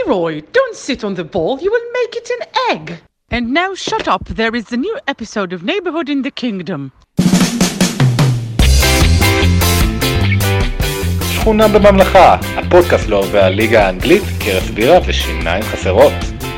Leroy, don't sit on the ball. You will make it an egg. And now shut up. There is a new episode of Neighborhood in the Kingdom. שכונה בממלכה, הפודקאסט לאוהבי הליגה האנגלית, קרס בירה ושיניים חסרות.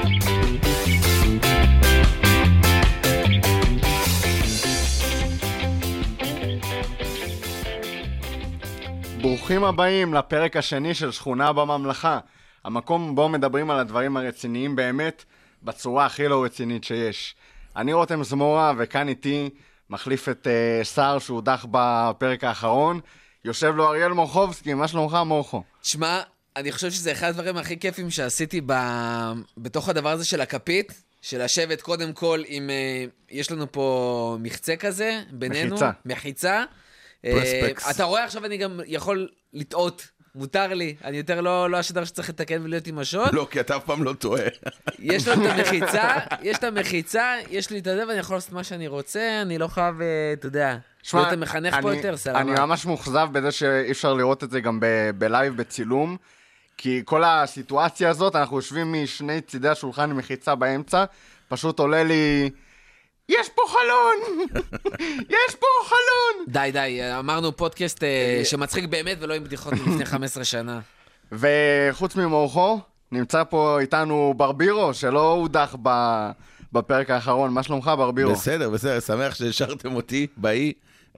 ברוכים הבאים לפרק השני של שכונה בממלכה, המקום בו מדברים על הדברים הרציניים באמת, בצורה הכי לא רצינית שיש. אני רותם זמורה, וכאן איתי מחליף את שר שהודח בפרק האחרון, יושב לו אריאל מורחובסקי. מה שלומך מורחו? שמע, אני חושב שזה אחד הדברים הכי כיפים שעשיתי בתוך הדבר הזה של הכפית, של לשבת קודם כל עם, יש לנו פה מחצה כזה בינינו, מחיצה. אתה רואה עכשיו אני גם יכול לטעות, מותר לי, אני יותר לא השדר שצריך לתקן ולהיות עם השוט. לא, כי אתה אף פעם לא טועה. יש לנו את המחיצה, יש לי את זה ואני יכול לעשות מה שאני רוצה, אני לא חייב, אתה יודע, להיות המחנך פה יותר, סלמה. אני ממש מוחזב בזה שאי אפשר לראות את זה גם בלייב בצילום, כי כל הסיטואציה הזאת, אנחנו יושבים משני צידי השולחן עם מחיצה באמצע, פשוט עולה לי... יש פה חלון! יש פה חלון! די, אמרנו פודקאסט שמצחיק באמת ולא עם בדיחות לפני 15 שנה. וחוץ ממורחו, נמצא פה איתנו ברבירו, שלא הודח בפרק האחרון. מה שלומך ברבירו? בסדר, שמח שהשארתם אותי באי.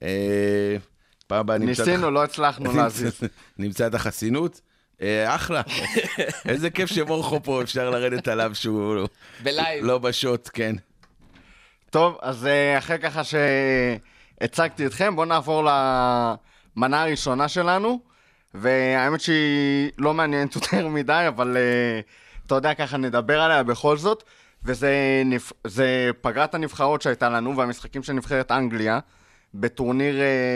פעם הבאה ניסינו, לא הצלחנו להזיז. נמצא את החסינות. אחלה. איזה כיף שמורחו פה אפשר לרדת עליו שהוא לא בשוט, כן. טוב, אז אחרי ככה שהצגתי אתכם, בואו נעבור למנה הראשונה שלנו, והאמת שהיא לא מעניינת יותר מדי, אבל אתה יודע, ככה נדבר עליה בכל זאת, וזה פגרת הנבחרות שהייתה לנו, והמשחקים של נבחרת אנגליה, בטורניר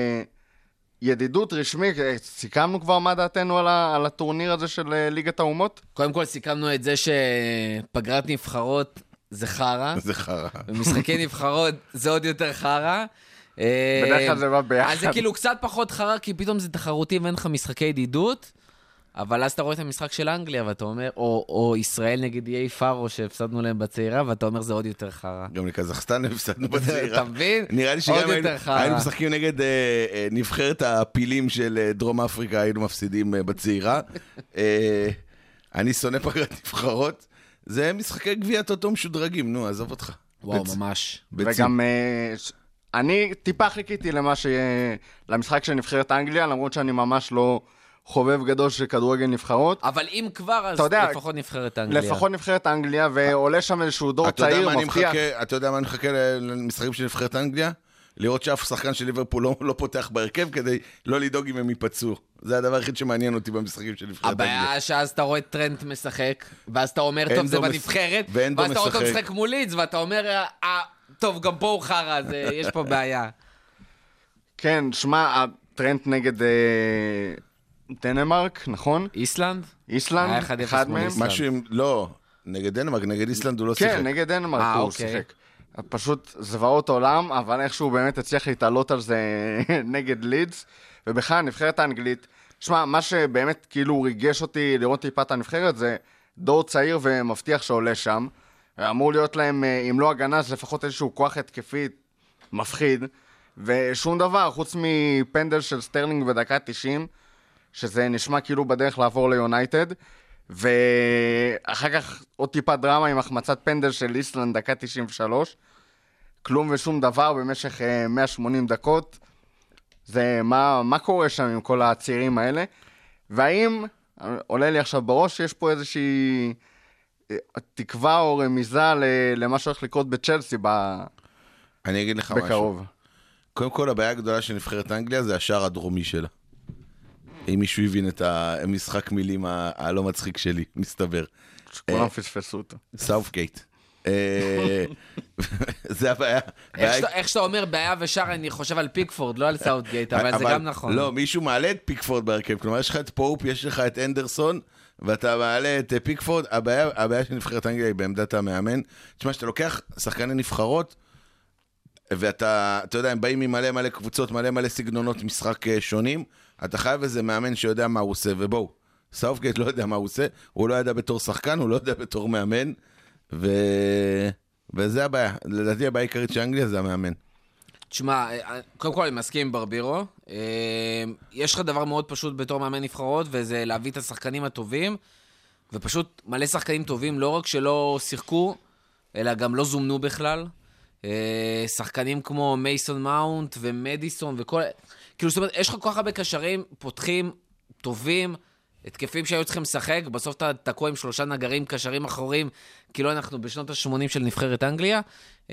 ידידות רשמי. סיכמנו כבר מה דעתנו על הטורניר הזה של ליגת האומות? קודם כל סיכמנו את זה שפגרת נבחרות זה חרה. זה חרה. ומשחקי נבחרות זה עוד יותר חרה. בדרך כלל זה בא ביחד. אז זה כאילו קצת פחות חרה, כי פתאום זה תחרותי ואין לך משחקי ידידות, אבל אז אתה רואה את המשחק של אנגליה, ואתה אומר, או ישראל נגד איי פארו, שהפסדנו להם בצעירה, ואתה אומר, זה עוד יותר חרה. גם לקזחסטן הפסדנו בצעירה. אתה מבין? נראה לי שגם היינו משחקים נגד נבחרת הפילים של דרום אפריקה, היינו מפסידים בצעירה. אני שונא פגרת נבחרות. זה משחקי גביע טוטו משודרגים, נו, עזוב אותך. וואו, ממש. וגם אני טיפה חיכיתי למשחק של נבחרת אנגליה, למרות שאני ממש לא חובב גדול של כדורגל נבחרות. אבל אם כבר, אז לפחות נבחרת אנגליה. לפחות נבחרת אנגליה, ועולה שם איזשהו דור צעיר, מבטיח. אתה יודע מה אני מחכה למשחקים של נבחרת אנגליה? לראות שאף שחקן של ליברפול לא פותח בהרכב, כדי לא לדאוג אם הם ייפצעו. זה הדבר הכי שמעניין אותי במשחקים של נבחרת אנגליה. הבעיה שאז אתה רואה טרנט משחק, ואז אתה אומר, טוב, זה בנבחרת, ואז אתה רואה אותו משחק מול לידס, ואתה אומר, טוב, גם פה הוא חרה, אז יש פה בעיה. כן, שמע, טרנט נגד דנמרק, נכון? איסלנד? איסלנד, אחד מהם. משהו עם, לא, נגד דנמרק, נגד איסלנד הוא לא שיחק. כן, נגד דנמרק הוא שיחק. פשוט זוועות עולם, אבל איכשהו באמת הצליח להתעלות על זה נגד לידס, ובכלל נבחרת האנגלית, שמע, מה שבאמת כאילו ריגש אותי לראות טיפה את הנבחרת, זה דור צעיר ומבטיח שעולה שם, אמור להיות להם, אם לא הגנה, אז לפחות איזשהו כוח התקפי מפחיד, ושום דבר, חוץ מפנדל של סטרלינג בדקה 90, שזה נשמע כאילו בדרך לעבור ליונייטד, ואחר כך עוד טיפה דרמה עם החמצת פנדל של איסלנד דקה 93, כלום ושום דבר במשך 180 דקות. זה מה קורה שם עם כל הצעירים האלה, והאם עולה לי עכשיו בראש שיש פה איזושהי תקווה או רמיזה למה שהולך לקרות בצ'לסי אני אגיד לך בקרוב. משהו. קודם כל הבעיה הגדולה של נבחרת אנגליה זה השער הדרומי שלה. אם מישהו הבין את המשחק מילים הלא מצחיק שלי, מסתבר. שכולם פספסו אותו. סאופגייט. זה הבעיה. איך שאתה אומר בעיה ושאר, אני חושב על פיקפורד, לא על סאופגייט, אבל זה גם נכון. לא, מישהו מעלה את פיקפורד בהרכב, כלומר יש לך את פופ, יש לך את אנדרסון, ואתה מעלה את פיקפורד, הבעיה של נבחרת אנגליה היא בעמדת המאמן. תשמע, שאתה לוקח שחקני נבחרות, ואתה יודע, הם באים ממלא קבוצות, מלא סגנונות משחק שונים, אתה חייב איזה מאמן שיודע מה הוא עושה, ובואו, סאופגייט לא יודע מה הוא עושה, הוא לא ידע בתור שחקן, הוא לא יודע בתור מאמן, וזה הבעיה. לדעתי הבעיה העיקרית של אנגליה זה המאמן. תשמע, קודם כל אני מסכים עם ברבירו. יש לך דבר מאוד פשוט בתור מאמן נבחרות, וזה להביא את השחקנים הטובים, ופשוט מלא שחקנים טובים, לא רק שלא שיחקו, אלא גם לא זומנו בכלל. שחקנים כמו מייסון מאונט ומדיסון וכל... כאילו, זאת אומרת, יש לך כל כך הרבה קשרים, פותחים, טובים, התקפים שהיו צריכים לשחק, בסוף אתה תקוע עם 3 נגרים, קשרים אחורים, כאילו אנחנו בשנות ה-80 של נבחרת אנגליה,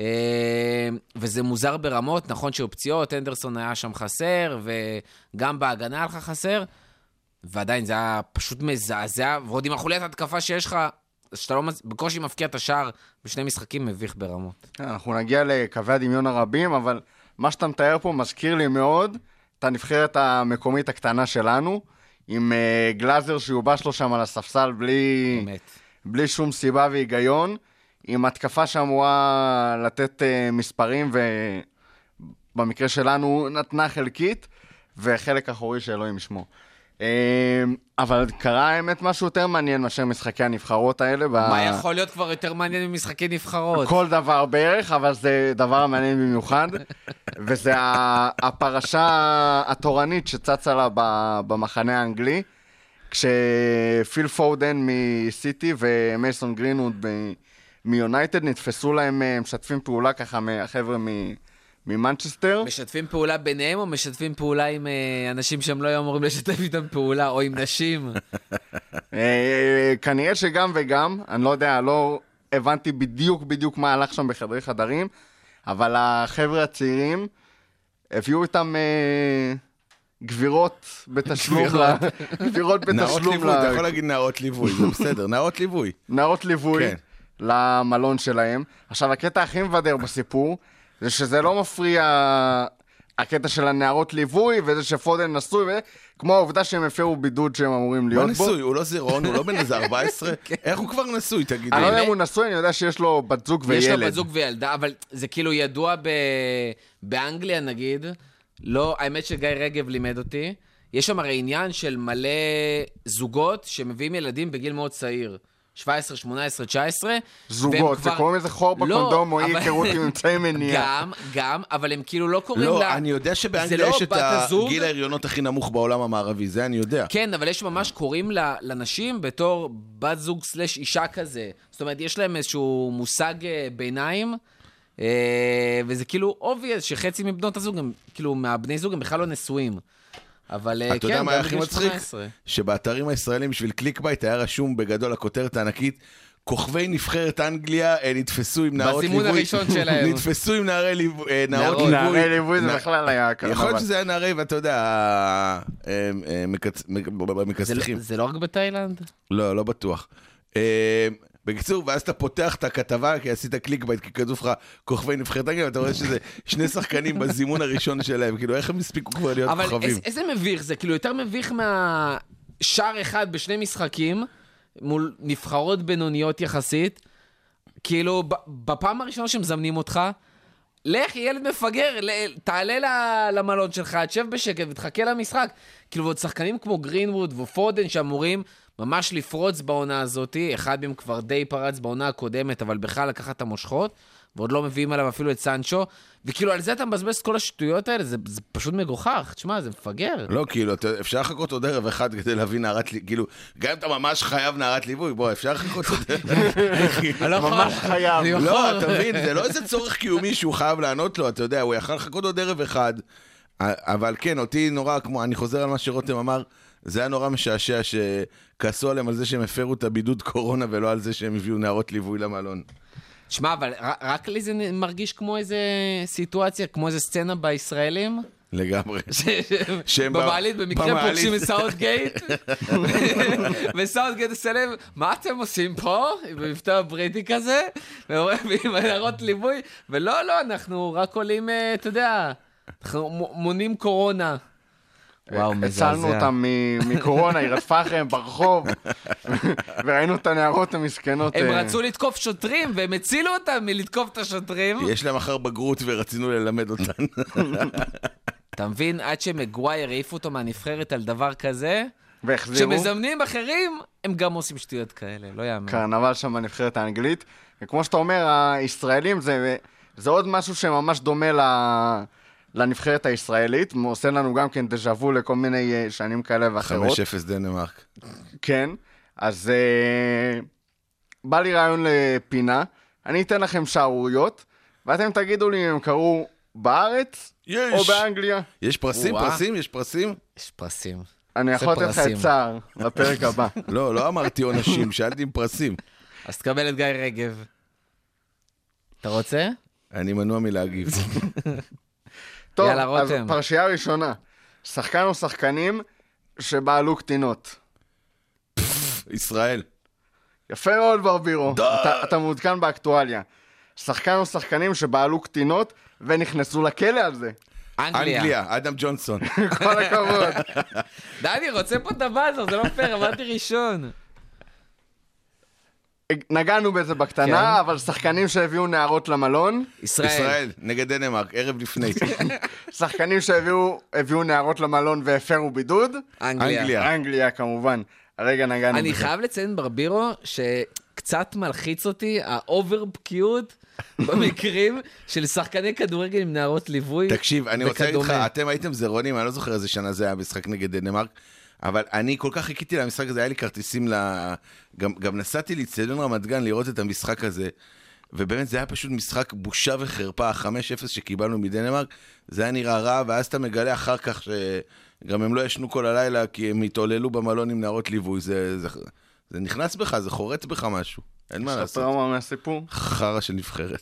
וזה מוזר ברמות, נכון שהיו פציעות, אנדרסון היה שם חסר, וגם בהגנה היה לך חסר, ועדיין זה היה פשוט מזעזע, ועוד עם החוליית התקפה שיש לך, שאתה לא בקושי מפקיע את השער, בשני משחקים מביך ברמות. אנחנו נגיע לקווי הדמיון הרבים, אבל מה שאתה מתאר פה מזכיר לי מאוד את הנבחרת המקומית הקטנה שלנו, עם גלאזר שיובש לו שם על הספסל בלי שום סיבה והיגיון, עם התקפה שאמורה לתת מספרים, ובמקרה שלנו נתנה חלקית, וחלק אחורי שאלוהים ישמו. אבל קרה האמת משהו יותר מעניין מאשר משחקי הנבחרות האלה. מה יכול להיות כבר יותר מעניין ממשחקי נבחרות? כל דבר בערך, אבל זה דבר מעניין במיוחד, וזה הפרשה התורנית שצצה לה במחנה האנגלי, כשפיל פודן מסיטי ומייסון גרינווד מיונייטד נתפסו להם משתפים פעולה ככה מהחבר'ה ממנצ'סטר. משתפים פעולה ביניהם או משתפים פעולה עם אנשים שהם לא היו אמורים לשתף איתם פעולה, או עם נשים? כנראה שגם וגם, אני לא יודע, לא הבנתי בדיוק מה הלך שם בחדרי חדרים, אבל החבר'ה הצעירים הביאו איתם גבירות בתשלום. גבירות בתשלום. אתה יכול להגיד נערות ליווי, זה בסדר, נערות ליווי. נערות ליווי למלון שלהם. עכשיו, הקטע הכי מבדר בסיפור, זה שזה לא מפריע הקטע של הנערות ליווי, וזה שפודן נשוי, כמו העובדה שהם הפרו בידוד שהם אמורים להיות בו. מה נשוי? הוא לא זירון, הוא לא בן איזה 14? איך הוא כבר נשוי, תגיד? אני לא יודע אם הוא נשוי, אני יודע שיש לו בת זוג וילד. יש לו בת זוג וילדה, אבל זה כאילו ידוע באנגליה נגיד, לא, האמת שגיא רגב לימד אותי, יש שם הרי עניין של מלא זוגות שמביאים ילדים בגיל מאוד צעיר. 17, 18, 19. זוגות, זה קוראים איזה חור בקונדום או אי היכרות עם אמצעי מניעה. גם, אבל הם כאילו לא קוראים לה... לא, אני יודע שבאנגליה יש את גיל ההריונות הכי נמוך בעולם המערבי, זה אני יודע. כן, אבל יש ממש קוראים לנשים בתור בת זוג סלש אישה כזה. זאת אומרת, יש להם איזשהו מושג ביניים, וזה כאילו obvious שחצי מבנות הזוג, כאילו מהבני זוג הם בכלל לא נשואים. אבל אתה יודע מה היה הכי מצחיק? שבאתרים הישראלים בשביל קליק בייט היה רשום בגדול הכותרת הענקית, כוכבי נבחרת אנגליה נתפסו עם נערות ליווי. בזימון הראשון שלהם. נתפסו עם נערות ליווי. נערי ליווי זה בכלל היה ככה. יכול להיות שזה היה נערי, ואתה יודע, מקסטחים. זה לא רק בתאילנד? לא, לא בטוח. בקיצור, ואז אתה פותח את הכתבה, כי עשית קליק בייט, כי כתוב לך כוכבי נבחרת אנגליה, ואתה רואה שזה 2 שחקנים בזימון הראשון שלהם, כאילו איך הם הספיקו כבר להיות כוכבים. אבל איזה מביך זה, כאילו יותר מביך מהשאר אחד בשני משחקים, מול נבחרות בינוניות יחסית, כאילו בפעם הראשונה שמזמנים אותך, לך ילד מפגר, תעלה למלון שלך, תשב בשקט ותחכה למשחק, כאילו ועוד שחקנים כמו גרינווד ופודן שאמורים ממש לפרוץ בעונה הזאת, אחד מהם כבר די פרץ בעונה הקודמת, אבל בכלל לקחת את המושכות, ועוד לא מביאים עליו אפילו את סנצ'ו, וכאילו על זה אתה מבזבז את כל השטויות האלה, זה פשוט מגוחך, תשמע, זה מפגר. לא, כאילו, אפשר לחכות עוד ערב אחד כדי להביא נערת ליווי, כאילו, גם אם אתה ממש חייב נערת ליווי, בוא, אפשר לחכות עוד ערב. ממש חייב. לא, אתה מבין, זה לא איזה צורך קיומי שהוא חייב לענות לו, אתה יודע, הוא יכל לחכות עוד ערב אחד, אבל כן, אותי נורא, כמו, אני חוזר על מה שרותם אמר, זה היה נורא משעשע שכעסו עליהם על זה שהם הפרו את הבידוד קורונה ולא על זה שהם הביאו נערות ליווי למלון. תשמע, אבל רק לי זה מרגיש כמו איזה סיטואציה, כמו איזה סצנה בישראלים. לגמרי. במעלית, במקרה פוגשים את סאוטגייט, וסאוטגייט עושה להם, מה אתם עושים פה? במבטא הבריטי כזה, ועם נערות ליווי, ולא, אנחנו רק עולים, אתה יודע, אנחנו מונים קורונה. וואו, מזעזע. הצלנו אותם מקורונה, היא רדפה אחריהם ברחוב, וראינו את הנערות המסכנות. הם רצו לתקוף שוטרים, והם הצילו אותם מלתקוף את השוטרים. יש להם אחר בגרות ורצינו ללמד אותן. אתה מבין, עד שמגווייר העיף אותו מהנבחרת על דבר כזה, והחזירו. כשמזמנים אחרים, הם גם עושים שטויות כאלה, לא יאמן. קרנבל שם בנבחרת האנגלית. וכמו שאתה אומר, הישראלים זה עוד משהו שממש דומה לנבחרת הישראלית. עושה לנו גם כן דז'אבו לכל מיני שנים כאלה ואחרות. 5-0 דנמרק. כן, אז בא לי רעיון לפינה. אני אתן לכם שערוריות, ואתם תגידו לי אם הם קרו בארץ או באנגליה. יש פרסים? יש פרסים? יש פרסים. אני יכול לתת לך את צער בפרק הבא. לא אמרתי עונשים, שאלתי עם פרסים. אז תקבל את גיא רגב. אתה רוצה? אני מנוע מלהגיב. טוב, יאללה, אז רותם. פרשייה ראשונה. שחקן או שחקנים שבעלו קטינות. ישראל. יפה מאוד ברבירו. אתה מעודכן באקטואליה. שחקן או שחקנים שבעלו קטינות ונכנסו לכלא על זה. אנגליה. אדם ג'ונסון. כל הכבוד. די, אני רוצה פה את הבאזר, זה לא פייר, אמרתי ראשון. נגענו בזה בקטנה, כן. אבל שחקנים שהביאו נערות למלון, ישראל, נגד דנמרק, ערב לפני. שחקנים שהביאו נערות למלון והפרו בידוד, אנגליה. אנגליה כמובן. הרגע נגענו אני בזה. חייב לציין ברבירו שקצת מלחיץ אותי האובר בקיאות במקרים של שחקני כדורגל עם נערות ליווי. תקשיב, אני רוצה להגיד לך, וכדומה. אתם הייתם זרונים, אני לא זוכר איזה שנה זה היה משחק נגד דנמרק, אבל אני כל כך חיכיתי למשחק הזה, היה לי כרטיסים גם נסעתי לאצטדיון רמת גן לראות את המשחק הזה, ובאמת זה היה פשוט משחק בושה וחרפה, 5-0 שקיבלנו מדנמרק, זה היה נראה רע, ואז אתה מגלה אחר כך שגם הם לא ישנו כל הלילה, כי הם התעוללו במלון עם נערות ליווי, זה נכנס בך, זה חורץ בך משהו, אין מה לעשות. טראומה מהסיפור. חרא של נבחרת.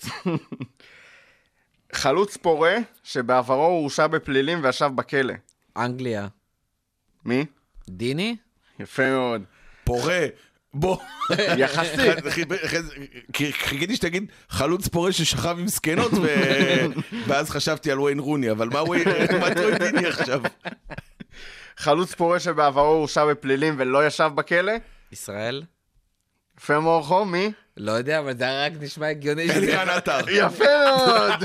חלוץ פורה שבעברו הוא הורשע בפלילים וישב בכלא. אנגליה. מי? דיני? יפה מאוד. פורה, בוא. יחסית. חיכיתי שתגיד חלוץ פורה ששכב עם סקנות, ואז חשבתי על וויין רוני, אבל מה טרוי דיני עכשיו? חלוץ פורה שבעברו הורשע בפלילים ולא ישב בכלא. ישראל? יפה מורכו, מי? לא יודע, אבל זה רק נשמע הגיוני. אלירן עטר. יפה מאוד.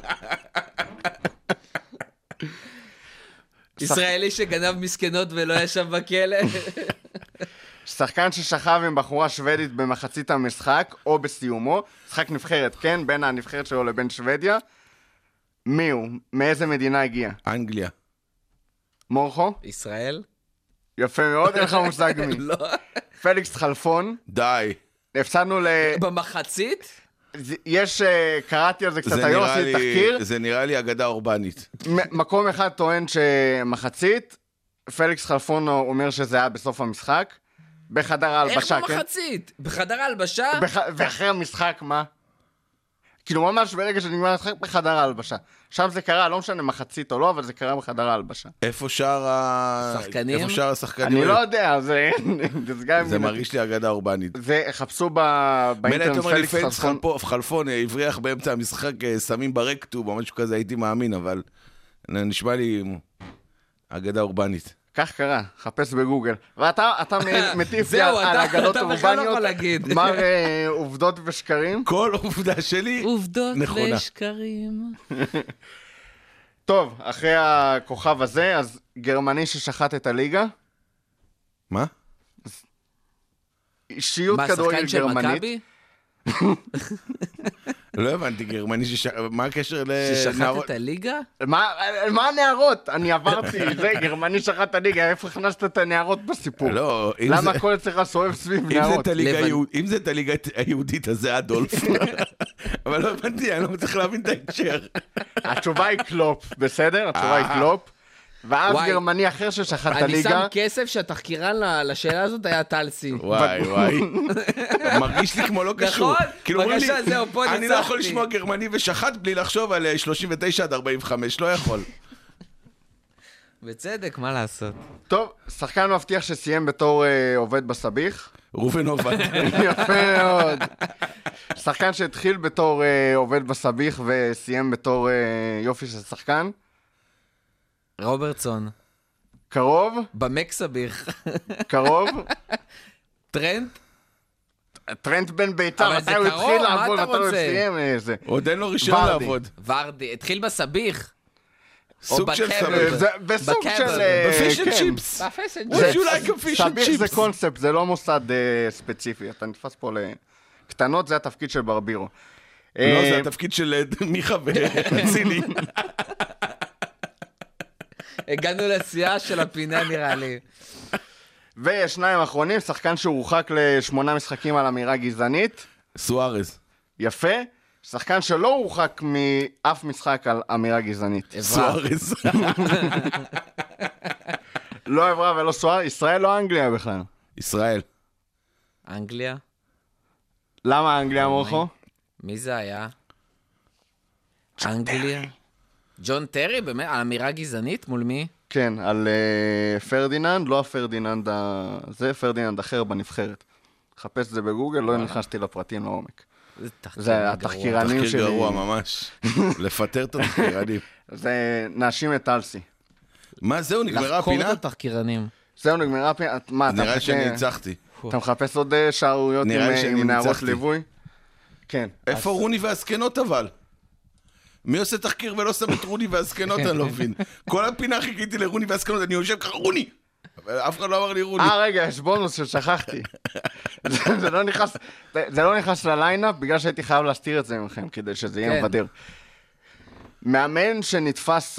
ישראלי שגנב מסכנות ולא ישב בכלא. שחקן ששכב עם בחורה שוודית במחצית המשחק או בסיומו, משחק נבחרת, כן? בין הנבחרת שלו לבין שוודיה. מי הוא? מאיזה מדינה הגיע? אנגליה. מורכו? ישראל? יפה מאוד, אין לך מושג מי. לא. פליקס חלפון. די. הפסדנו במחצית? יש, קראתי על זה קצת היום, עשיתי תחקיר. זה נראה לי אגדה אורבנית. מקום אחד טוען שמחצית, פליקס חלפון אומר שזה היה בסוף המשחק, בחדר ההלבשה, איך כן? במחצית? בחדר ההלבשה? ואחרי המשחק, מה? כאילו ממש ברגע שנגמר המשחק בחדר ההלבשה. שם זה קרה, לא משנה מחצית או לא, אבל זה קרה בחדר ההלבשה. איפה שאר שחקנים? איפה שאר השחקנים? אני לא יודע, זה מרגיש לי אגדה אורבנית. זה, חפשו מילא באינטרנט אתה אומר לי פליקס פליקס חלפון. חלפון הבריח באמצע המשחק סמים ברקטוב או משהו כזה, הייתי מאמין, אבל נשמע לי אגדה אורבנית. כך קרה, חפש בגוגל. ואתה מטיף לי זהו, על אגדות אתה בכלל לא אורבניות, יכול להגיד. מר עובדות ושקרים. כל עובדה שלי עובדות נכונה. ושקרים. טוב, אחרי הכוכב הזה, אז גרמני ששחט את הליגה, מה? אישיות מה, כדורגל שחקן של גרמנית. מכבי? לא הבנתי, גרמני מה הקשר ששחט לנערות? את הליגה? מה הנערות? אני עברתי, זה גרמני שחט את הליגה, איפה הכנסת את הנערות בסיפור? לא, אם למה זה- הכל צריך סובב סביב אם זה נערות? את הליגה לבד. היהודית, אם זה את הליגה היהודית, אז זה אדולף. אבל לא הבנתי, אני לא מצליח להבין את ההקשר. התשובה היא קלופ, בסדר? התשובה היא קלופ. ואז וואי. גרמני אחר ששחט את אני הליגה, שם כסף שהתחקירן לשאלה הזאת היה טלסי. וואי. מרגיש לי כמו לא קשור. נכון, כאילו אומרים לי, בבקשה, זהו, פה אני לא יכול ניצחתי. לשמוע גרמני ושחט בלי לחשוב על 39 עד 45, לא יכול. בצדק, מה לעשות? טוב, שחקן מבטיח שסיים בתור עובד בסביך. ראובן עובד. יפה מאוד. שחקן שהתחיל בתור עובד בסביך וסיים בתור יופי של שחקן. רוברטסון. קרוב, במקסביך. קרוב. טרנט? טרנט בן ביתר, אבל מתי זה הוא קרוב, התחיל מה לעבוד, אתה מתי הוא רוצה? סיים זה. עוד אין לו רישיון ורדי. לעבוד. ורדי. התחיל בסביך. סוג של סביר. בסוג של... בפיש אנד צ'יפס. Would you like a fish and סביר זה chips? קונספט, זה לא מוסד ספציפי. אתה נתפס פה לקטנות, זה התפקיד של ברבירו. לא, זה התפקיד של מיכה וצילי. הגענו לשיאה של הפינה נראה לי. ושניים האחרונים, שחקן שהורחק ל8 משחקים על אמירה גזענית. סוארז. יפה. שחקן שלא הורחק מאף משחק על אמירה גזענית. סוארז. לא עברה ולא סואר, ישראל לא אנגליה בכלל. ישראל. אנגליה? למה אנגליה מורכו? מי זה היה? אנגליה? ג'ון טרי, באמת? על אמירה גזענית? מול מי? כן, על פרדיננד, לא הפרדיננד הזה, פרדיננד אחר בנבחרת. חפש את זה בגוגל, לא נכנסתי לפרטים לעומק. זה התחקירנים שלי. תחקיר גרוע ממש. לפטר את התחקירנים. זה נאשים את טלסי. מה זהו, נגמרה לחקור הפינה? את התחקירנים. זהו, נגמרה הפינה. מה, נראה לי שאני ניצחתי. אתה מחפש עוד שערויות עם נערות ליווי? כן. איפה רוני והזקנות אבל? מי עושה תחקיר ולא שם את רוני והזקנות, אני לא מבין. כל הפינה חיכיתי לרוני והזקנות, אני יושב ככה, רוני! אף אחד לא אמר לי רוני. רגע, יש בונוס ששכחתי. זה לא נכנס לליינאפ, בגלל שהייתי חייב להסתיר את זה ממכם, כדי שזה יהיה מבדר. מאמן שנתפס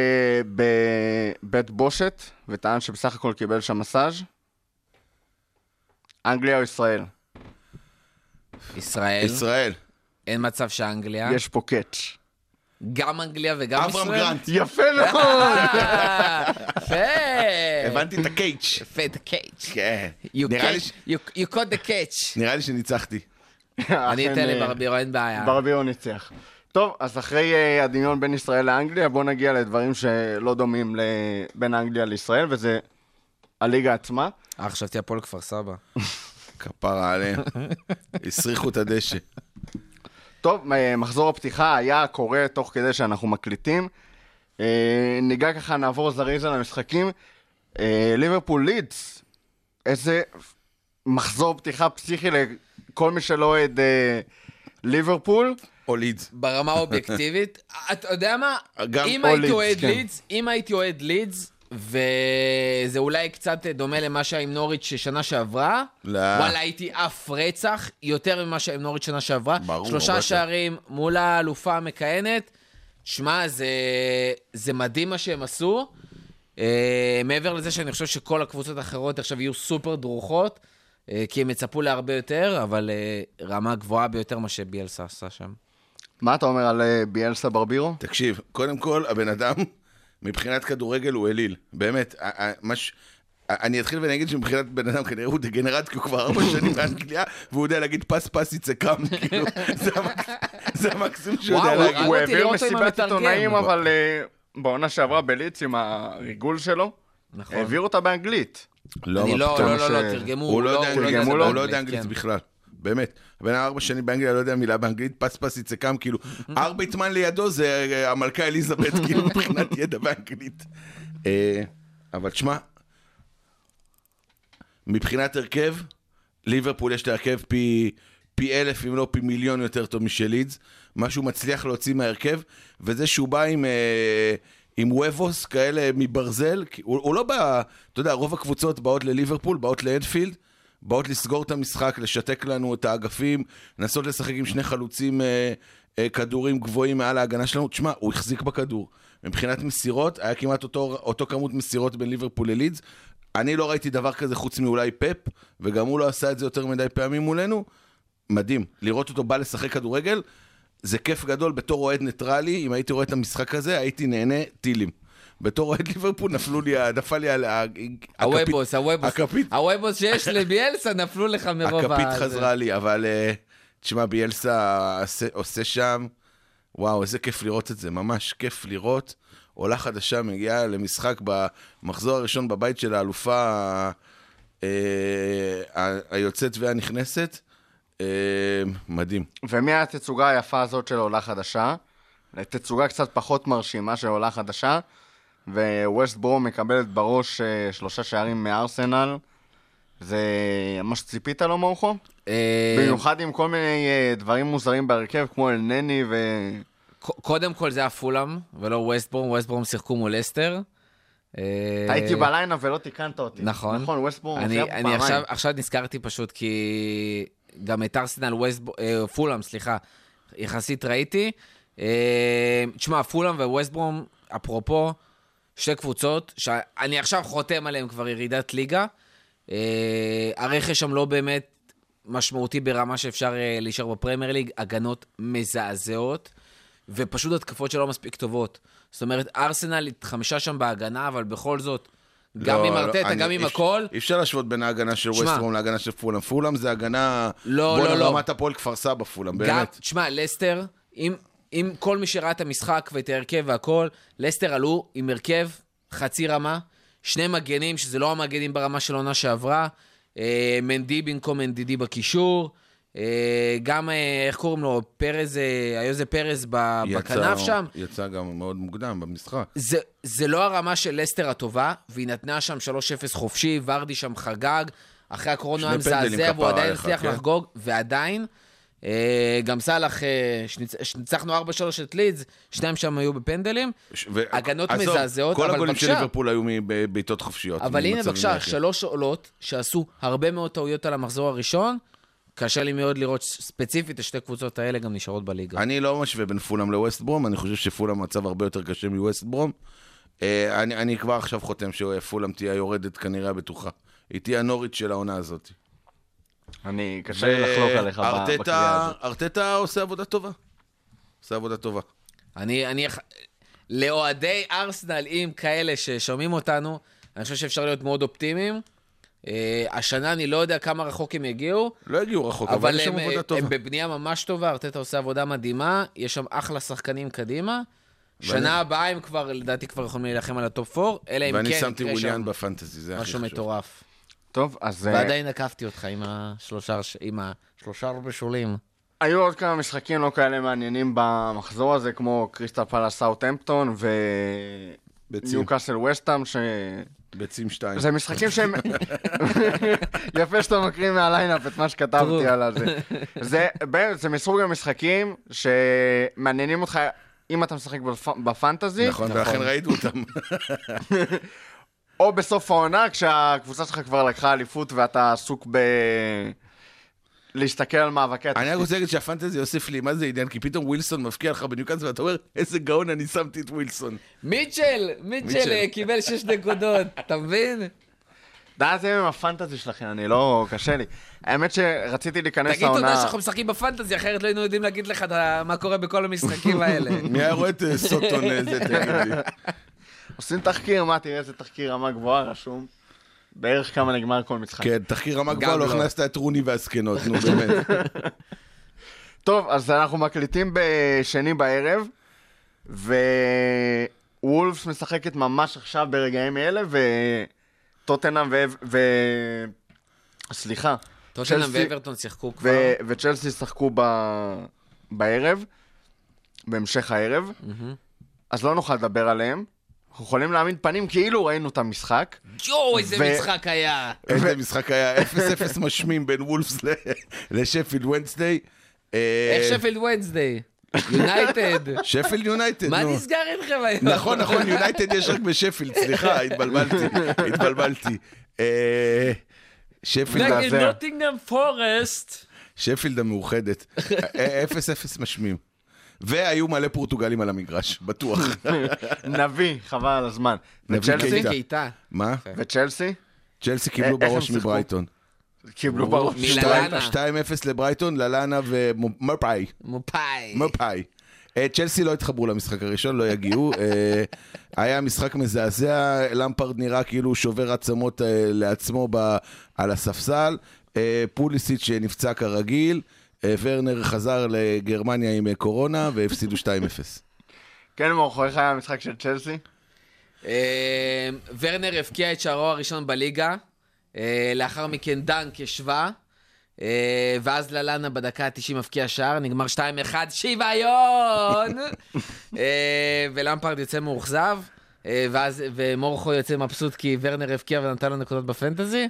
בבית בושת, וטען שבסך הכל קיבל שם מסאז'. אנגליה או ישראל? ישראל. אין מצב שאנגליה. יש פה קאץ'. גם אנגליה וגם ישראל? אברהם גרנט. יפה מאוד! יפה! הבנתי את הקייץ'. יפה, את הקאץ'. כן. You caught the catch. נראה לי שניצחתי. אני אתן לברבירו, אין בעיה. ברבירו ניצח. טוב, אז אחרי הדמיון בין ישראל לאנגליה, בואו נגיע לדברים שלא דומים בין אנגליה לישראל, וזה הליגה עצמה. חשבתי הפועל כפר סבא. כפרה עליהם. הסריחו את הדשא. טוב, מחזור הפתיחה היה קורה תוך כדי שאנחנו מקליטים. ניגע ככה, נעבור זריז על המשחקים. ליברפול לידס, איזה מחזור פתיחה פסיכי לכל מי שלא אוהד ליברפול. או לידס. ברמה אובייקטיבית. אתה יודע מה? אם הייתי אוהד לידס, וזה אולי קצת דומה למה שהיה עם נוריץ' שנה שעברה, וואלה, הייתי אף רצח יותר ממה שהיה עם נוריץ' שנה שעברה. 3 שערים מול האלופה המכהנת. שמע, זה מדהים מה שהם עשו. מעבר לזה שאני חושב שכל הקבוצות האחרות עכשיו יהיו סופר דרוכות, כי הם יצפו להרבה יותר, אבל רמה גבוהה ביותר מה שביאלסה עשה שם. מה אתה אומר על ביאלסה ברבירו? תקשיב, קודם כל, הבן אדם, מבחינת כדורגל הוא אליל. באמת, אני אתחיל ואני אגיד שמבחינת בן אדם כנראה הוא דגנרט, כי הוא כבר 4 שנים באנגליה, והוא יודע להגיד פס יצא קם, כאילו, זה המקסימום שהוא יודע להגיד. הוא העביר מסיבת עיתונאים, אבל בעונה שעברה בליץ עם הריגול שלו, העביר אותה באנגלית. לא, תרגמו. הוא לא יודע אנגלית בכלל. באמת, בין 4 שנים באנגליה לא יודע מילה באנגלית, פס יצא קם, כאילו, ארביטמן לידו זה המלכה אליזבת, כאילו, מבחינת ידע באנגלית. אבל תשמע, מבחינת הרכב, ליברפול יש להרכב פי 1,000, אם לא פי מיליון יותר טוב משל לידס, משהו מצליח להוציא מהרכב, וזה שהוא בא עם וובוס כאלה מברזל, הוא לא בא, אתה יודע, רוב הקבוצות באות לליברפול, באות לאנפילד, באות לסגור את המשחק, לשתק לנו את האגפים, לנסות לשחק עם 2 חלוצים כדורים גבוהים מעל ההגנה שלנו. תשמע, הוא החזיק בכדור. מבחינת מסירות, היה כמעט אותו כמות מסירות בין ליברפול ללידס. אני לא ראיתי דבר כזה חוץ מאולי פפ, וגם הוא לא עשה את זה יותר מדי פעמים מולנו. מדהים. לראות אותו בא לשחק כדורגל, זה כיף גדול. בתור אוהד ניטרלי, אם הייתי רואה את המשחק הזה, הייתי נהנה טילים. בתור אוהד ליברפול נפל לי על הוובוס שיש לביאלסה נפלו לך מרוב הכפית חזרה לי, אבל תשמע, ביאלסה עושה שם, וואו, איזה כיף לראות את זה, ממש כיף לראות. עולה חדשה מגיעה למשחק במחזור הראשון בבית של האלופה היוצאת והנכנסת. מדהים. ומי התצוגה היפה הזאת של עולה חדשה? תצוגה קצת פחות מרשימה של עולה חדשה, וווסט ברום מקבלת בראש 3 שערים מארסנל. זה מה שציפית לו, מורחו? במיוחד עם כל מיני דברים מוזרים בהרכב, כמו אלנני ו... קודם כל זה היה פולאם, ולא ווסטברום, ווסטברום שיחקו מול לסטר. הייתי בליינאפ ולא תיקנת אותי. נכון. נכון, ווסטברום הופיע אני פעמיים. עכשיו נזכרתי פשוט, כי גם את ארסנל, פולאם, סליחה, יחסית ראיתי. תשמע, פולאם וווסטברום, אפרופו, שתי קבוצות, שאני עכשיו חותם עליהם כבר ירידת ליגה. הרכש שם לא באמת משמעותי ברמה שאפשר להישאר בפרמייר ליג, הגנות מזעזעות, ופשוט התקפות שלא מספיק טובות. זאת אומרת, ארסנל התחמשה שם בהגנה, אבל בכל זאת, גם עם ארטטה, גם עם הכל. אי אפשר להשוות בין ההגנה של ווסטברום להגנה של פולאם. פולאם זה הגנה... לא. רמת הפועל כפר סבא פולאם, באמת. תשמע, לסטר, עם כל מי שראה את המשחק ואת ההרכב והכל, לסטר עלו עם הרכב חצי רמה, שני מגנים, שזה לא המגנים ברמה של עונה שעברה, מנדי במקום מנדידי בקישור, גם, איך קוראים לו, פרז, היה איזה פרז בכנף שם. יצא גם מאוד מוקדם במשחק. זה לא הרמה של לסטר הטובה, והיא נתנה שם 3-0 חופשי, ורדי שם חגג, אחרי הקורונה היה מזעזע, והוא עדיין הצליח לחגוג, ועדיין, גם סלח, שניצחנו 4-3 את לידס, שניים שם היו בפנדלים, הגנות מזעזעות, כל אבל הגולים של בבקשה. ליברפול היו מבעיטות חופשיות. אבל הנה בבקשה, 3 עולות שעשו הרבה מאוד טעויות על המחזור הראשון, קשה לי מאוד לראות ספציפית, השתי קבוצות האלה גם נשארות בליגה. אני לא משווה בין פולאם לווסטברום, אני חושב שפולאם מצב הרבה יותר קשה מווסטברום. אני כבר עכשיו חותם שפולאם תהיה יורדת כנראה בטוחה. היא תהיה הנורית של העונה הזאת. אני קשה לי לחלוק עליך בקריאה הזאת. ארטטה עושה עבודה טובה. עושה עבודה טובה. לאוהדי ארסנל עם כאלה ששומעים אותנו, אני חושב שאפשר להיות מאוד אופטימיים. השנה אני לא יודע כמה רחוק הם יגיעו. לא הגיעו רחוק, אבל יש שם עבודה טובה. הם בבנייה ממש טובה, ארטטה עושה עבודה מדהימה, יש שם אחלה שחקנים קדימה. שנה הבאה הם כבר, לדעתי כבר יכולים להילחם על הטופ 4, אלא אם כן ואני שמתי ווליאן בפנטזי, זה הכי משהו חשוב. מטורף. טוב, אז... ועדיין נקפתי אותך עם השלושה בשולים. היו עוד כמה משחקים לא כאלה מעניינים במחזור הזה, כמו קריסטל פלאס סאות'המפטון וניוקאסל ווסטהאם, ביצים 2. זה משחקים שהם... יפה שאתה מקריא מהליינאפ את מה שכתבתי על זה. זה מסוג המשחקים שמעניינים אותך אם אתה משחק בפנטזי. נכון, ולכן ראיתי אותם. או בסוף העונה, כשהקבוצה שלך כבר לקחה אליפות ואתה עסוק להסתכל על מאבקי התחתית. אני רק רוצה להגיד שהפנטזי יוסיף לי, מה זה עניין? כי פתאום ווילסון מפקיע לך בניוקאסל, ואתה אומר, איזה גאון אני שמתי את ווילסון. מיטשל קיבל 6 נקודות, אתה מבין? דעת זה עם הפנטזי שלכם, אני לא, קשה לי. האמת שרציתי להיכנס תגיד תודה שאנחנו משחקים בפנטזי, אחרת לא היינו יודעים להגיד לך מה קורה בכל המשחקים האלה. מי היה רואה את סוטון, זה תגיד לי. עושים תחקיר, מה תראה איזה תחקיר רמה גבוהה רשום. בערך כמה נגמר כל משחק. כן, תחקיר רמה גבוהה, לא הכנסת את רוני והסקנות, נו באמת. טוב, אז אנחנו מקליטים בשני בערב, ווולפס משחקת ממש עכשיו ברגעים אלה, וטוטנהאם סליחה. טוטנהאם ואברטון שיחקו כבר. וצ'לסי שחקו בערב, בהמשך הערב, אז לא נוכל לדבר עליהם. אנחנו יכולים להעמיד פנים כאילו ראינו את המשחק. יואו, איזה משחק היה. איזה משחק היה, 0-0 משמים בין וולפס לשפילד ונסדיי. איך שפילד ונסדיי? יונייטד. שפילד יונייטד, מה נסגר איתכם היום? נכון, יונייטד יש רק בשפילד, סליחה, התבלבלתי. שפילד... נגד נוטינגהאם פורסט. שפילד המאוחדת. 0-0 משמים. והיו מלא פורטוגלים על המגרש, בטוח. נביא, חבל על הזמן. וצ'לסי? קייטה. מה? וצ'לסי? צ'לסי קיבלו בראש מברייטון. קיבלו בראש. 2-0 לברייטון, ללאנה ומרפאי. מרפאי. צ'לסי לא התחברו למשחק הראשון, לא יגיעו. היה משחק מזעזע, למפרד נראה כאילו הוא שובר עצמות לעצמו על הספסל. פוליסיץ' שנפצע כרגיל. ורנר חזר לגרמניה עם קורונה והפסידו 2-0. כן, מורכו, איך היה המשחק של צ'לסי? ורנר הפקיע את שערו הראשון בליגה, לאחר מכן דנק ישבה, ואז ללאנה בדקה ה-90 הפקיע שער, נגמר 2-1, שוויון! ולמפרד יוצא מאוכזב, ומורכו יוצא מבסוט כי ורנר הפקיע ונתן לו נקודות בפנטזי,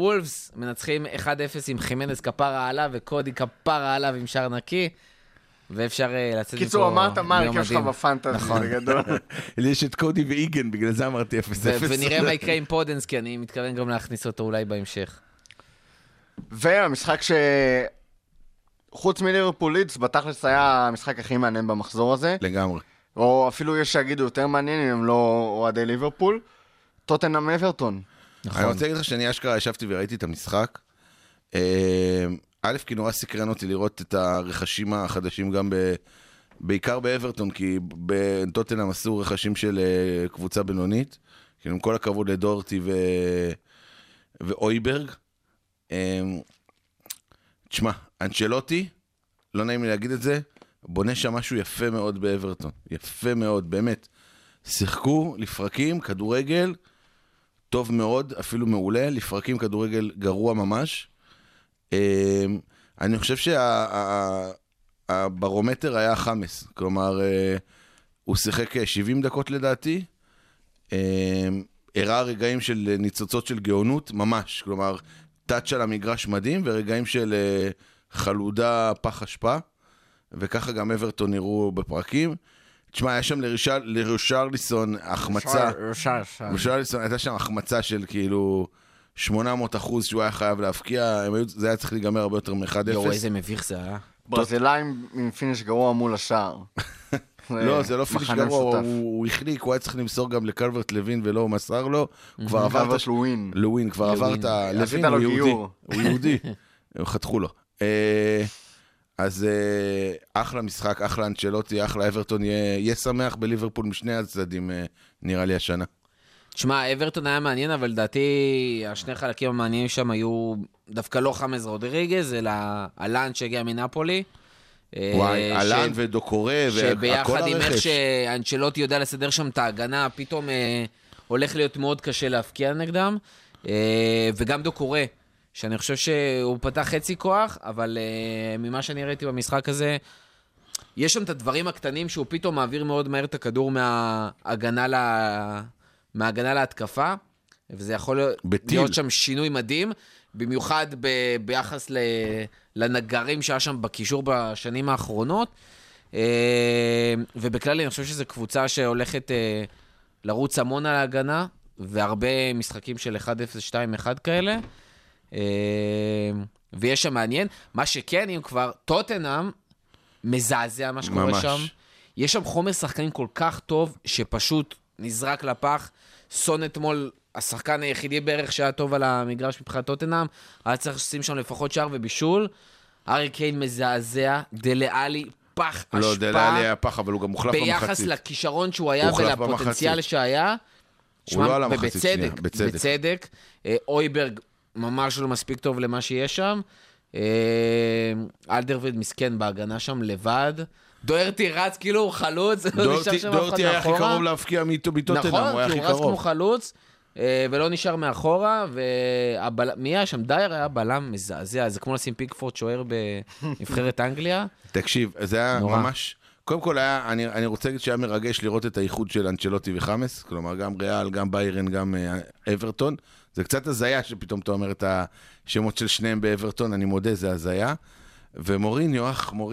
ווולפס מנצחים 1-0 עם חימנס כפרה עליו וקודי כפרה עליו עם שער נקי, ואפשר לצאת מפה... קיצור, אמרת מה הרכב שלך בפנטזי, בגדול. יש את קודי ואיגן, בגלל זה אמרתי 0-0. ונראה מה יקרה עם פודנס, כי אני מתכוון גם להכניס אותו אולי בהמשך. והמשחק חוץ מליברפול לידס, בתכלס היה המשחק הכי מעניין במחזור הזה. לגמרי. או אפילו יש שיגידו יותר מעניין אם הם לא אוהדי ליברפול. טוטנהאם אברטון. אני רוצה להגיד לך שאני אשכרה ישבתי וראיתי את המשחק. א', כי נורא סקרן אותי לראות את הרכשים החדשים גם בעיקר באברטון, כי בטוטנהאם עשו רכשים של קבוצה בינונית. כאילו עם כל הכבוד לדורטי ואויברג. תשמע, אנצ'לוטי, לא נעים לי להגיד את זה, בונה שם משהו יפה מאוד באברטון. יפה מאוד, באמת. שיחקו לפרקים, כדורגל, טוב מאוד, אפילו מעולה, לפרקים כדורגל גרוע ממש. אני חושב שהברומטר היה חמאס, כלומר, הוא שיחק 70 דקות לדעתי, הראה רגעים של ניצוצות של גאונות, ממש, כלומר, טאץ' על המגרש מדהים, ורגעים של חלודה פח אשפה, וככה גם אברטון נראו בפרקים. תשמע, היה שם לרישרליסון החמצה, לרישרליסון הייתה שם החמצה של כאילו 800% שהוא היה חייב להפקיע, זה היה צריך להיגמר הרבה יותר מ-1-0. יואו, איזה מביך זה היה. ברזילאים עם פיניש גרוע מול השער. לא, זה לא פיניש גרוע, הוא החליק, הוא היה צריך למסור גם לקלברט לוין ולא מסר לו, הוא כבר עבר את לווין, כבר עבר את הלווין, הוא יהודי, חתכו לו. אז אחלה משחק, אחלה אנצ'לוטי, אחלה אברטון, יהיה שמח בליברפול משני הצדדים, נראה לי השנה. תשמע, אברטון היה מעניין, אבל לדעתי השני חלקים המעניינים שם היו דווקא לא חמאס רודריגז, אלא אלן שהגיע מנאפולי. וואי, אלן ודוקורה והכל הרכש. שביחד עם איך שאנצ'לוטי יודע לסדר שם את ההגנה, פתאום הולך להיות מאוד קשה להפקיע נגדם. וגם דוקורה, שאני חושב שהוא פתח חצי כוח, אבל ממה שאני ראיתי במשחק הזה, יש שם את הדברים הקטנים שהוא פתאום מעביר מאוד מהר את הכדור מההגנה להתקפה, וזה יכול להיות שם שינוי מדהים, במיוחד ביחס לנגרים שהיה שם בקישור בשנים האחרונות, ובכלל אני חושב שזו קבוצה שהולכת לרוץ המון על ההגנה, והרבה משחקים של 1-0, 2-1 כאלה, ויש שם מעניין. מה שכן, אם כבר טוטנהאם מזעזע מה שקורה ממש. שם, יש שם חומר שחקנים כל כך טוב, שפשוט נזרק לפח. סון אתמול, השחקן היחידי בערך שהיה טוב על המגרש מבחינת טוטנהאם, היה צריך לשים שם לפחות שער ובישול. הארי קיין מזעזע, דלאלי פח אשפה. לא, דלאלי היה פח, אבל הוא גם מוחלף במחצית. ביחס לכישרון שהוא היה ולפוטנציאל שהיה. הוא לא על המחצית שנייה, בצדק. אויברג ממש לא מספיק טוב למה שיש שם. אלדרוויד מסכן בהגנה שם לבד. דוארטי רץ כאילו הוא חלוץ. דוארטי היה הכי קרוב להפקיע מטוטנהאם, הוא היה הכי קרוב. נכון, כי הוא רץ כמו חלוץ, ולא נשאר מאחורה, מי היה שם? דייר היה בלם מזעזע, זה כמו לשים פיקפורד שוער בנבחרת אנגליה. תקשיב, זה היה ממש... קודם כל, אני רוצה להגיד שהיה מרגש לראות את האיחוד של אנצ'לוטי וחמאס, כלומר גם ריאל, גם ביירן, גם אברטון. זה קצת הזיה שפתאום אתה אומר את השמות של שניהם באברטון, אני מודה, זה הזיה. ומוריניו,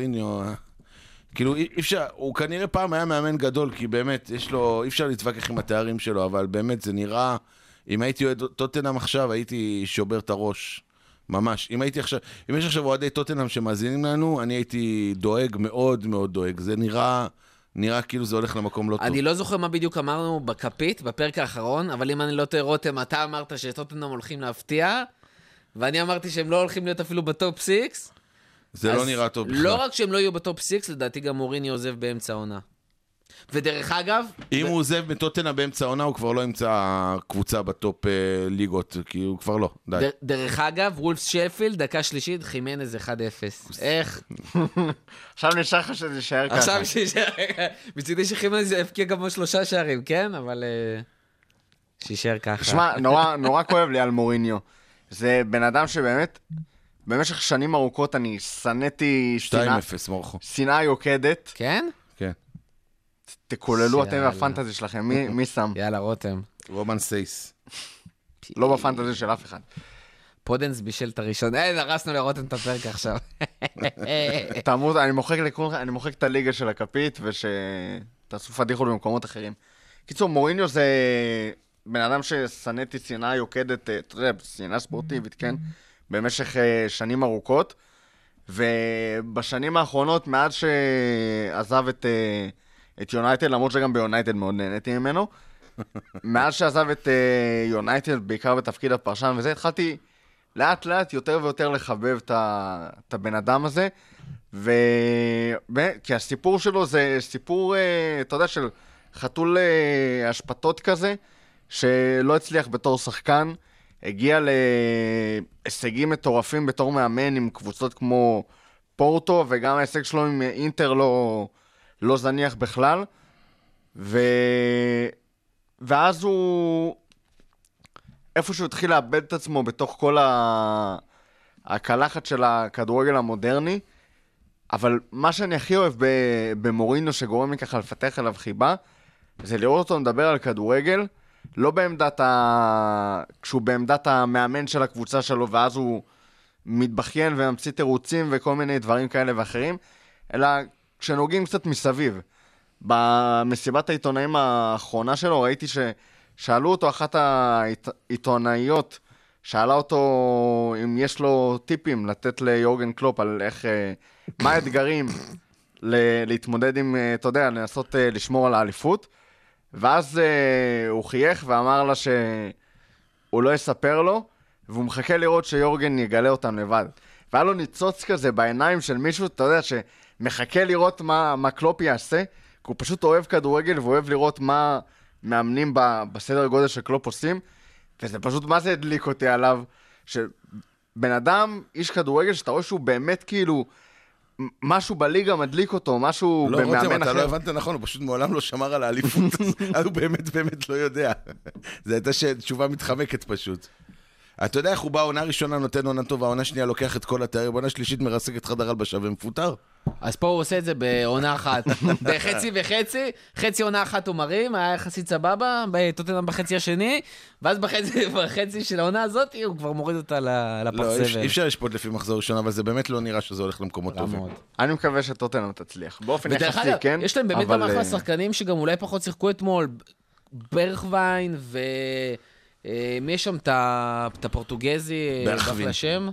כאילו אי אפשר, הוא כנראה פעם היה מאמן גדול, כי באמת יש לו, אי אפשר להתווכח עם התארים שלו, אבל באמת זה נראה, אם הייתי אוהד טוטנהאם עכשיו, הייתי שובר את הראש. ממש. אם יש עכשיו אוהדי טוטנהאם שמאזינים לנו, אני הייתי דואג, מאוד מאוד דואג. זה נראה כאילו זה הולך למקום לא טוב. אני לא זוכר מה בדיוק אמרנו בכפית, בפרק האחרון, אבל אם אני לא טועה, רותם, אתה אמרת שטוטנהאם הולכים להפתיע, ואני אמרתי שהם לא הולכים להיות אפילו בטופ 6. זה לא נראה טוב בכלל. לא רק שהם לא יהיו בטופ 6, לדעתי גם מוריני עוזב באמצע העונה. ודרך אגב... אם הוא עוזב מטוטנהאם באמצע העונה, הוא כבר לא ימצא קבוצה בטופ ליגות, כי הוא כבר לא, די. דרך אגב, וולפס שפילד, דקה שלישית, חימנז 1-0. איך? עכשיו נשאר לך שזה יישאר ככה. עכשיו שישאר ככה. מצידי שחימנז יפקיע גם 3 שערים, כן? אבל שישאר ככה. תשמע, נורא כואב לי על מוריניו. זה בן אדם שבאמת, במשך שנים ארוכות אני שנאתי 2-0, מורכו. שנאה יוקדת. כן? כן. תכוללו אתם בפנטזי שלכם, מי שם? יאללה, רותם. רומן סייס. לא בפנטזי של אף אחד. פודנס בישל את הראשון. הרסנו לראות את הפרק עכשיו. תעמוד, אני מוחק את הליגה של הכפית, ושתעשו פדיחות במקומות אחרים. קיצור, מוריניו זה בן אדם ששנאתי שנאה יוקדת, אתה יודע, שנאה ספורטיבית, כן? במשך שנים ארוכות. ובשנים האחרונות, מאז שעזב את יונייטד, למרות שגם ביונייטד מאוד נהניתי ממנו, מאז שעזב את יונייטד, בעיקר בתפקיד הפרשן וזה, התחלתי לאט לאט יותר ויותר לחבב את הבן אדם הזה, כי הסיפור שלו זה סיפור, אתה יודע, של חתול השפטות כזה, שלא הצליח בתור שחקן, הגיע להישגים מטורפים בתור מאמן עם קבוצות כמו פורטו, וגם ההישג שלו עם אינטר לא זניח בכלל, ואז הוא איפשהו התחיל לאבד את עצמו בתוך כל הקלחת של הכדורגל המודרני, אבל מה שאני הכי אוהב במוריניו שגורם לי ככה לפתח עליו חיבה, זה לראות אותו מדבר על כדורגל, לא כשהוא בעמדת המאמן של הקבוצה שלו, ואז הוא מתבכיין וממציא תירוצים וכל מיני דברים כאלה ואחרים, אלא כשנוגעים קצת מסביב. במסיבת העיתונאים האחרונה שלו ראיתי ששאלו אותו, אחת העיתונאיות שאלה אותו אם יש לו טיפים לתת ליורגן קלופ על מה האתגרים להתמודד עם, אתה יודע, לנסות לשמור על האליפות, ואז הוא חייך ואמר לה שהוא לא יספר לו, והוא מחכה לראות שיורגן יגלה אותם לבד. והיה לו ניצוץ כזה בעיניים של מישהו, אתה יודע, שמחכה לראות מה קלופ יעשה, כי הוא פשוט אוהב כדורגל ואוהב לראות מה מאמנים בסדר גודל של קלופ עושים, וזה פשוט מה זה הדליק אותי עליו, שבן אדם, איש כדורגל, שאתה רואה שהוא באמת כאילו, משהו בליגה מדליק אותו, משהו במאמן אחר. לא, רותם, אתה לא הבנת נכון, הוא פשוט מעולם לא שמר על האליפות, אז הוא באמת לא יודע. זו הייתה תשובה מתחמקת פשוט. אתה יודע איך הוא בא, עונה ראשונה נותן עונה טובה, עונה שנייה לוקח את כל התאר, עונה שלישית מרסק את חדר הלבשה ומפוטר. אז פה הוא עושה את זה בעונה אחת, בחצי וחצי, חצי עונה אחת הוא מרים, היה יחסית סבבה, טוטנהאם בחצי השני, ואז בחצי של העונה הזאת הוא כבר מוריד אותה לפרסבל. לא, אי אפשר לשפוט לפי מחזור ראשון, אבל זה באמת לא נראה שזה הולך למקומות טובים. אני מקווה שטוטנהאם תצליח, באופן יחסי, כן? יש להם באמת גם אחלה שחקנים שגם אולי פחות שיחקו אתמול, ברכווין מי יש שם את הפורטוגזי, באחלה שם?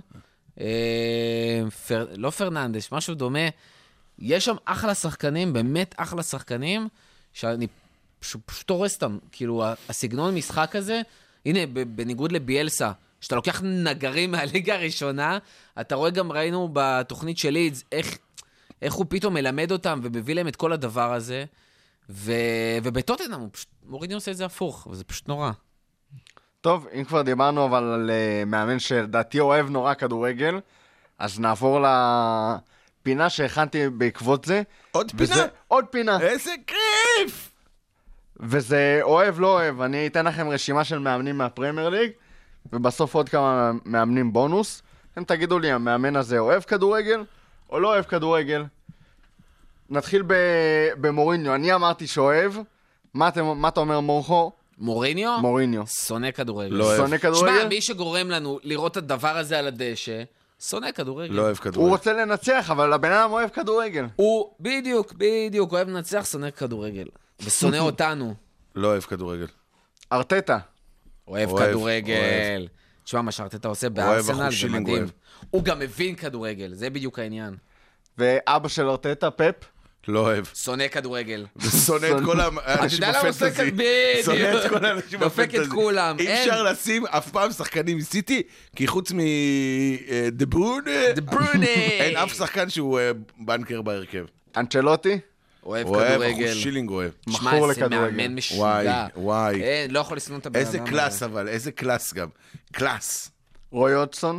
לא פרננדס, משהו דומה. יש שם אחלה שחקנים, באמת אחלה שחקנים, שאני פשוט הורס אותם. כאילו, הסגנון משחק הזה, הנה, בניגוד לביאלסה, שאתה לוקח נגרים מהליגה הראשונה, אתה רואה גם, ראינו בתוכנית של לידס, איך הוא פתאום מלמד אותם ומביא להם את כל הדבר הזה, ובטוטנהאם הוא פשוט מוריניו עושה את זה הפוך, וזה פשוט נורא. טוב, אם כבר דיברנו אבל על מאמן שלדעתי אוהב נורא כדורגל, אז נעבור לפינה שהכנתי בעקבות זה. עוד פינה? עוד פינה. איזה כיף! וזה אוהב לא אוהב. אני אתן לכם רשימה של מאמנים מהפרמייר ליג, ובסוף עוד כמה מאמנים בונוס. אתם תגידו לי, המאמן הזה אוהב כדורגל או לא אוהב כדורגל? נתחיל במוריניו. אני אמרתי שאוהב. מה אתה אומר, מורכו? מוריניו? מוריניו. שונא כדורגל. לא אוהב. שונא כדורגל? שמע, מי שגורם לנו לראות את הדבר הזה על הדשא, שונא כדורגל. לא אוהב כדורגל. הוא רוצה לנצח, אבל הבן אדם אוהב כדורגל. הוא בדיוק, אוהב לנצח, שונא כדורגל. ושונא אותנו. לא אוהב כדורגל. ארטטה. אוהב כדורגל. תשמע, מה שארטטה עושה בארסנל זה מדהים. הוא גם מבין כדורגל, זה בדיוק העניין. ואבא של ארטטה, פפ? לא אוהב. שונא כדורגל. ושונא את כל האנשים בפנטזי. שונא את כל האנשים בפנטזי. דופק את כולם. אי אפשר לשים אף פעם שחקנים מסיטי, כי חוץ מדה ברונה, אין אף שחקן שהוא בנקר בהרכב. אנצ'לוטי? אוהב כדורגל. שילינג אוהב. מכור לכדורגל. מאמן משוגע. וואי. לא יכול לסנון את הבן אדם. איזה קלאס אבל, איזה קלאס גם. קלאס. רוי הודסון?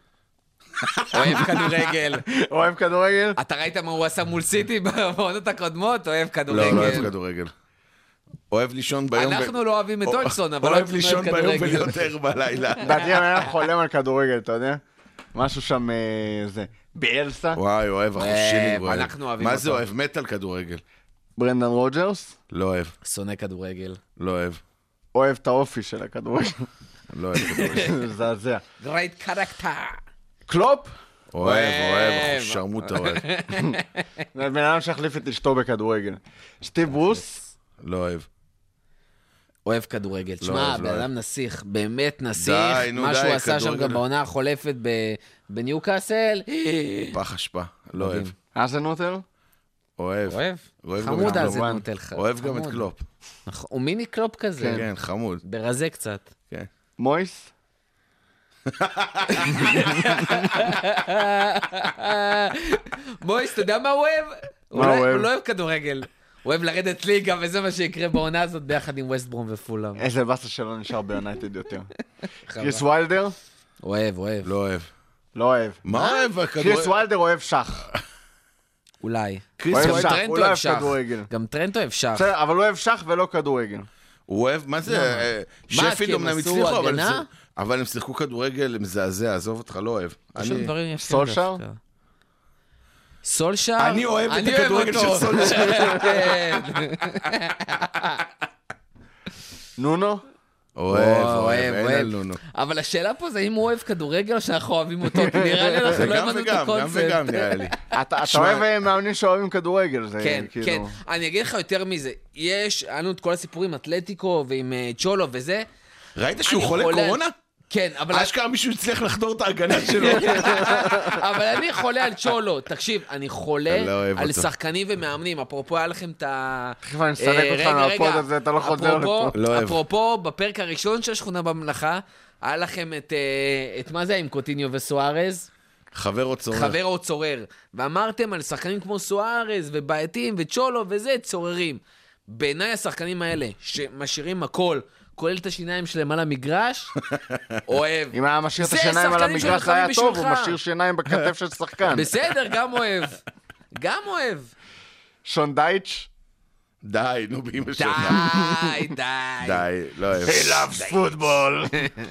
אוהב כדורגל. אוהב כדורגל? אתה ראית מה הוא עשה מול סיטי בעונות הקודמות? אוהב כדורגל. לא אוהב כדורגל. אוהב לישון ביום... אנחנו לא אוהבים את אולסון, אבל אוהב לישון ביום ולהיות ער בלילה. דעתי אני חולם על כדורגל, אתה יודע? משהו שם זה. ביאלסה? וואי, אוהב, אחוז שילינג אוהב. אנחנו אוהבים אותו. מה זה אוהב? מת על כדורגל. ברנדן רוג'רס? לא אוהב. שונא כדורגל. לא אוהב. אוהב את האופי של הכדורגל. לא אוהב כדורגל. זעזע. גרייט קרקטר. קלופ? אוהב, שרמוט אוהב. זה בן אדם שהחליף את אשתו בכדורגל. סטיב ברוס? לא אוהב. אוהב כדורגל. תשמע, בן אדם נסיך, באמת נסיך. די, נו, מה די, שהוא עשה שם כדורגל. גם בעונה החולפת בניוקאסל. פח אשפה, לא אוהב. אזנוטר? אוהב. חמוד אז גם נוטל לך. אוהב גם את קלופ. הוא מיני קלופ כזה. כן, חמוד. ברזה קצת. כן. מויס? מויס, אתה יודע מה הוא אוהב? מה הוא אוהב? הוא לא אוהב כדורגל. הוא אוהב לרדת ליגה, וזה מה שיקרה בעונה הזאת ביחד עם ווסט ברום ופולאם. איזה באסה שלא נשאר ביונייטד יותר. קריס ויילדר? אוהב. לא אוהב. לא אוהב. מה אוהב קריס הכדורגל? ויילדר אוהב שח. אולי. אוהב גם שח, טרנט הוא לא אוהב אוהב שח. כדורגל. גם טרנט אוהב שח. בסדר, אבל הוא אוהב שח ולא כדורגל. הוא אוהב, מה זה? כי שפילד הם אמנם עשו הצליחו, הגנה? אבל הם שיחקו כדורגל מזעזע, עזוב אותך, לא אוהב. יש שם דברים יפים סולשר? דווקא. סולשר? אני אוהב את הכדורגל של אותו. סולשר. כן. נונו? אוהב, אין על נונו. אבל השאלה פה זה אם הוא אוהב כדורגל או שאנחנו אוהבים אותו, כי נראה לי אנחנו זה לא גם הבנו את וגם, גם הקונספט. וגם נראה לי. אתה אוהב מאמנים שאוהבים כדורגל, זה כן, כאילו... כן. אני אגיד לך יותר מזה. יש, לנו את כל הסיפורים, אתלטיקו ועם צ'ולו וזה. ראית שהוא אני חולה קורונה? כן, אבל... אשכרה מישהו הצליח לחדור את ההגנה שלו. אבל אני חולה על צ'ולו. תקשיב, אני חולה אני לא אוהב על אותו. שחקנים ומאמנים. אפרופו היה לכם את ה... תכף אני אסלק אותך מהפוד הזה, אתה לא חוזר לפה. לא אוהב. אפרופו, בפרק הראשון של שכונה בממלכה, היה לכם את מה זה עם קוטיניו וסוארז? חבר או צורר. חבר או צורר. ואמרתם על שחקנים כמו סוארז ובעייתים וצ'ולו וזה, צוררים. בעיניי השחקנים האלה, שמשאירים הכל, כולל את השיניים שלהם על המגרש, אוהב. אם היה משאיר את זה השיניים על שחקנים המגרש שלוחמים היה טוב, הוא בשבילך. משאיר שיניים בכתף של שחקן. בסדר, גם אוהב. גם אוהב. שון דייץ'? די, נו באמא שלך. די. די, לא אוהב. He loves football.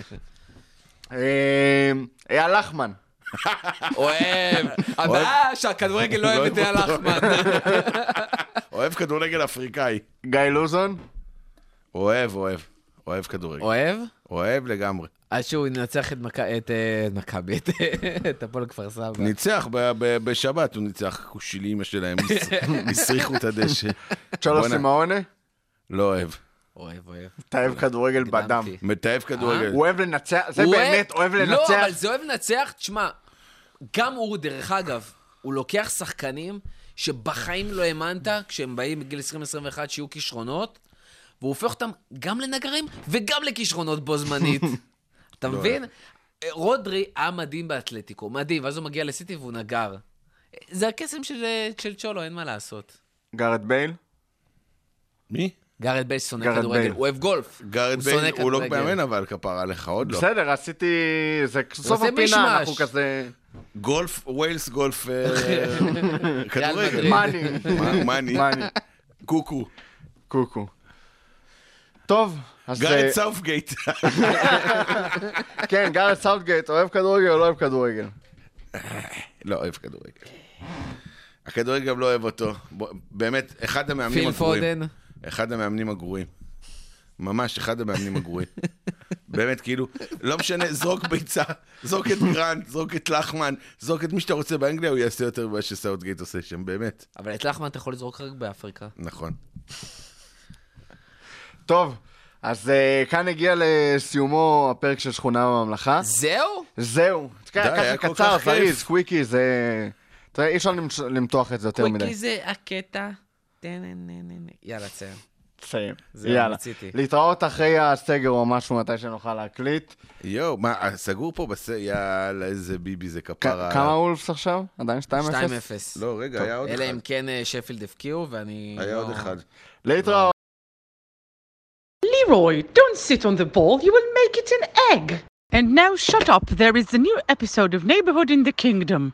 אייל לחמן. אוהב. הבעיה שהכדורגל לא אוהב את אייל לחמן. אוהב כדורגל אפריקאי. גיא לוזון? אוהב כדורגל. אוהב? אוהב לגמרי. עד שהוא ינצח את מכבי, את הפועל כפר סבא. ניצח בשבת, הוא ניצח כושיל אימא שלהם, הסריחו את הדשא. צ'ולו בואנה. סימאונה? לא אוהב. אוהב. תאהב כדורגל בדם. מתאהב כדורגל. הוא אוהב לנצח, זה באמת אוהב לא, לנצח. אבל זה אוהב לנצח, תשמע, גם הוא, דרך אגב, הוא לוקח שחקנים שבחיים לא האמנת, כשהם באים בגיל 20-21 שיהיו כישרונות, והוא הופך אותם גם לנגרים וגם לכישרונות בו זמנית. אתה מבין? רודרי היה מדהים באתלטיקו, מדהים, ואז הוא מגיע לסיטי והוא נגר. זה הקסם של צ'ולו, אין מה לעשות. גארד בייל? מי? גארד בייל שונא גארד כדורגל, בייל. הוא אוהב גולף. גארד שונא בייל, הוא לא כדורגל. מאמן אבל כפרה עליך, עוד לא. בסדר, עשיתי... זה סוף עושה הפינה, מישמש. אנחנו כזה... גולף, ווילס גולף, מדריד. כדורגל. מאני. קוקו. קוקו. טוב, אז... גארד סאופגייט. כן, גארד סאוטגייט, אוהב כדורגל או לא אוהב כדורגל? לא אוהב כדורגל. הכדורגל גם לא אוהב אותו. באמת, אחד המאמנים פיל הגרועים. פודן. אחד המאמנים הגרועים. ממש, אחד המאמנים הגרועים. באמת, כאילו, לא משנה, זרוק ביצה, זרוק את גרנט, זרוק את לחמן, זרוק את מי שאתה רוצה באנגליה, הוא יעשה יותר ממה שסאוטגייט עושה שם, באמת. אבל את לחמן אתה יכול לזרוק רק באפריקה. נכון. טוב, אז כאן הגיע לסיומו הפרק של שכונה בממלכה. זהו? זהו. היה ככה כל קצר, כך זריז, כיף. קוויקי, זה... תראה, אי אפשר למתוח את זה יותר מדי. קוויקי זה הקטע. יאללה, תסיים. תסיים. זה יאללה. רציתי. להתראות אחרי הסגר או משהו מתי שנוכל להקליט. יואו, מה, סגור פה יאללה, איזה ביבי זה כפרה. כמה וולפס עכשיו? עדיין 2-0? 2-0. לא, רגע, היה עוד אלא אחד. אם כן שפילד הפקיעו, ואני... היה לא- עוד אחד. להתראות. Leroy, don't sit on the ball, you will make it an egg. And now shut up, there is a new episode of Neighborhood in the Kingdom.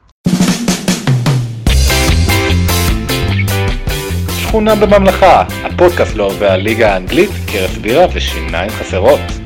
שכונה בממלכה, הפודקאסט לאוהבי הליגה האנגלית, קרף בירה ושיניים חסרות.